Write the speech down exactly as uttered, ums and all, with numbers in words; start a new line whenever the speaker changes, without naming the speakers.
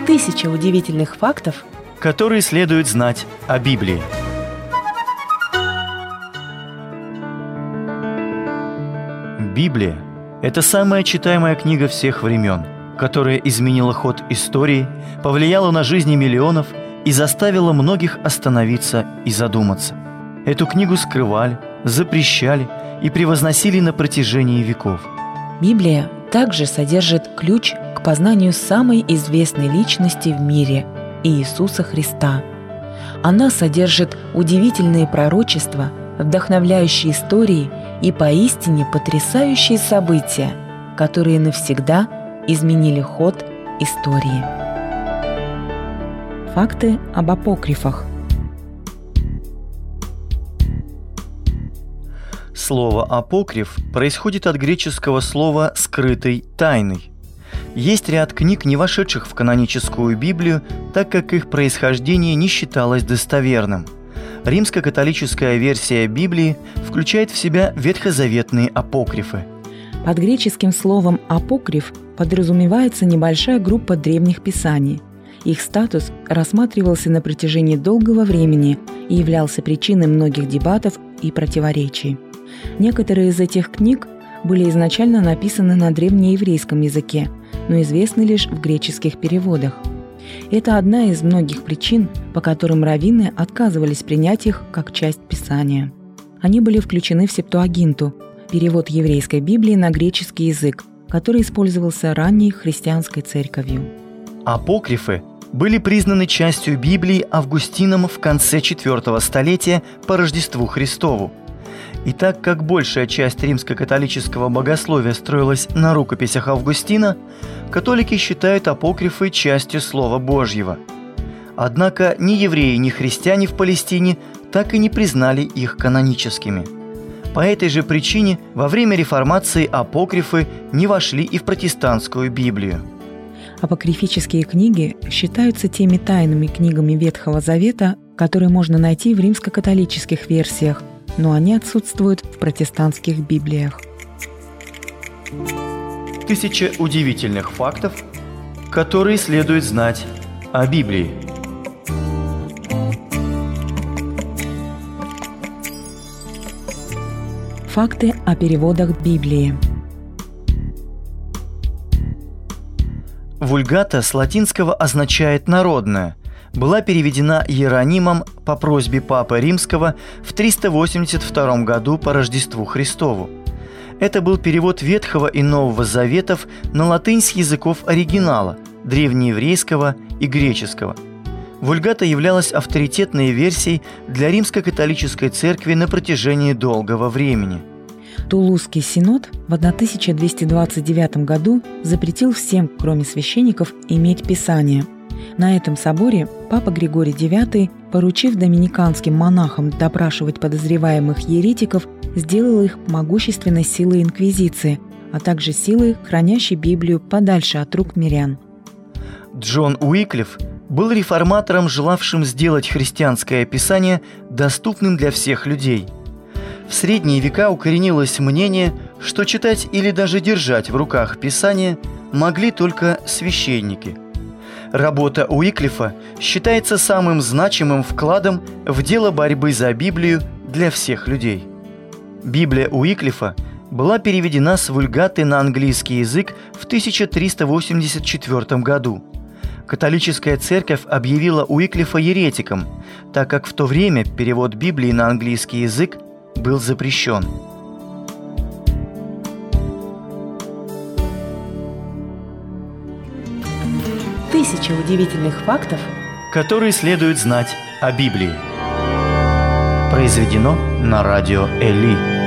Тысяча удивительных фактов,
которые следует знать о Библии. Библия – это самая читаемая книга всех времен, которая изменила ход истории, повлияла на жизни миллионов и заставила многих остановиться и задуматься. Эту книгу скрывали, запрещали и превозносили на протяжении веков.
Библия также содержит ключ к познанию самой известной личности в мире – Иисуса Христа. Она содержит удивительные пророчества, вдохновляющие истории и поистине потрясающие события, которые навсегда изменили ход истории. Факты об апокрифах.
Слово «апокриф» происходит от греческого слова «скрытый», «тайный». Есть ряд книг, не вошедших в каноническую Библию, так как их происхождение не считалось достоверным. Римско-католическая версия Библии включает в себя ветхозаветные апокрифы.
Под греческим словом «апокриф» подразумевается небольшая группа древних писаний. Их статус рассматривался на протяжении долгого времени и являлся причиной многих дебатов и противоречий. Некоторые из этих книг были изначально написаны на древнееврейском языке, но известны лишь в греческих переводах. Это одна из многих причин, по которым раввины отказывались принять их как часть Писания. Они были включены в Септуагинту, перевод еврейской Библии на греческий язык, который использовался ранней христианской церковью.
Апокрифы были признаны частью Библии Августином в конце четвёртого столетия по Рождеству Христову. И так как большая часть римско-католического богословия строилась на рукописях Августина, католики считают апокрифы частью Слова Божьего. Однако ни евреи, ни христиане в Палестине так и не признали их каноническими. По этой же причине во время реформации апокрифы не вошли и в протестантскую Библию.
Апокрифические книги считаются теми тайными книгами Ветхого Завета, которые можно найти в римско-католических версиях, но они отсутствуют в протестантских Библиях.
Тысяча удивительных фактов, которые следует знать о Библии.
Факты о переводах Библии.
Вульгата с латинского означает «народная», была переведена Иеронимом по просьбе Папы Римского в триста восемьдесят втором году по Рождеству Христову. Это был перевод Ветхого и Нового Заветов на латынь с языков оригинала – древнееврейского и греческого. Вульгата являлась авторитетной версией для Римско-католической церкви на протяжении долгого времени.
Тулузский синод в тысяча двести двадцать девятом году запретил всем, кроме священников, иметь Писание. На этом соборе Папа Григорий девятый, поручив доминиканским монахам допрашивать подозреваемых еретиков, сделал их могущественной силой инквизиции, а также силой, хранящей Библию подальше от рук мирян.
Джон Уиклиф был реформатором, желавшим сделать христианское писание доступным для всех людей. В средние века укоренилось мнение, что читать или даже держать в руках Писание могли только священники. Работа Уиклифа считается самым значимым вкладом в дело борьбы за Библию для всех людей. Библия Уиклифа была переведена с вульгаты на английский язык в тысяча триста восемьдесят четвёртом году. Католическая церковь объявила Уиклифа еретиком, так как в то время перевод Библии на английский язык был запрещен.
Тысяча удивительных фактов,
которые следует знать о Библии. Произведено на радио Эли.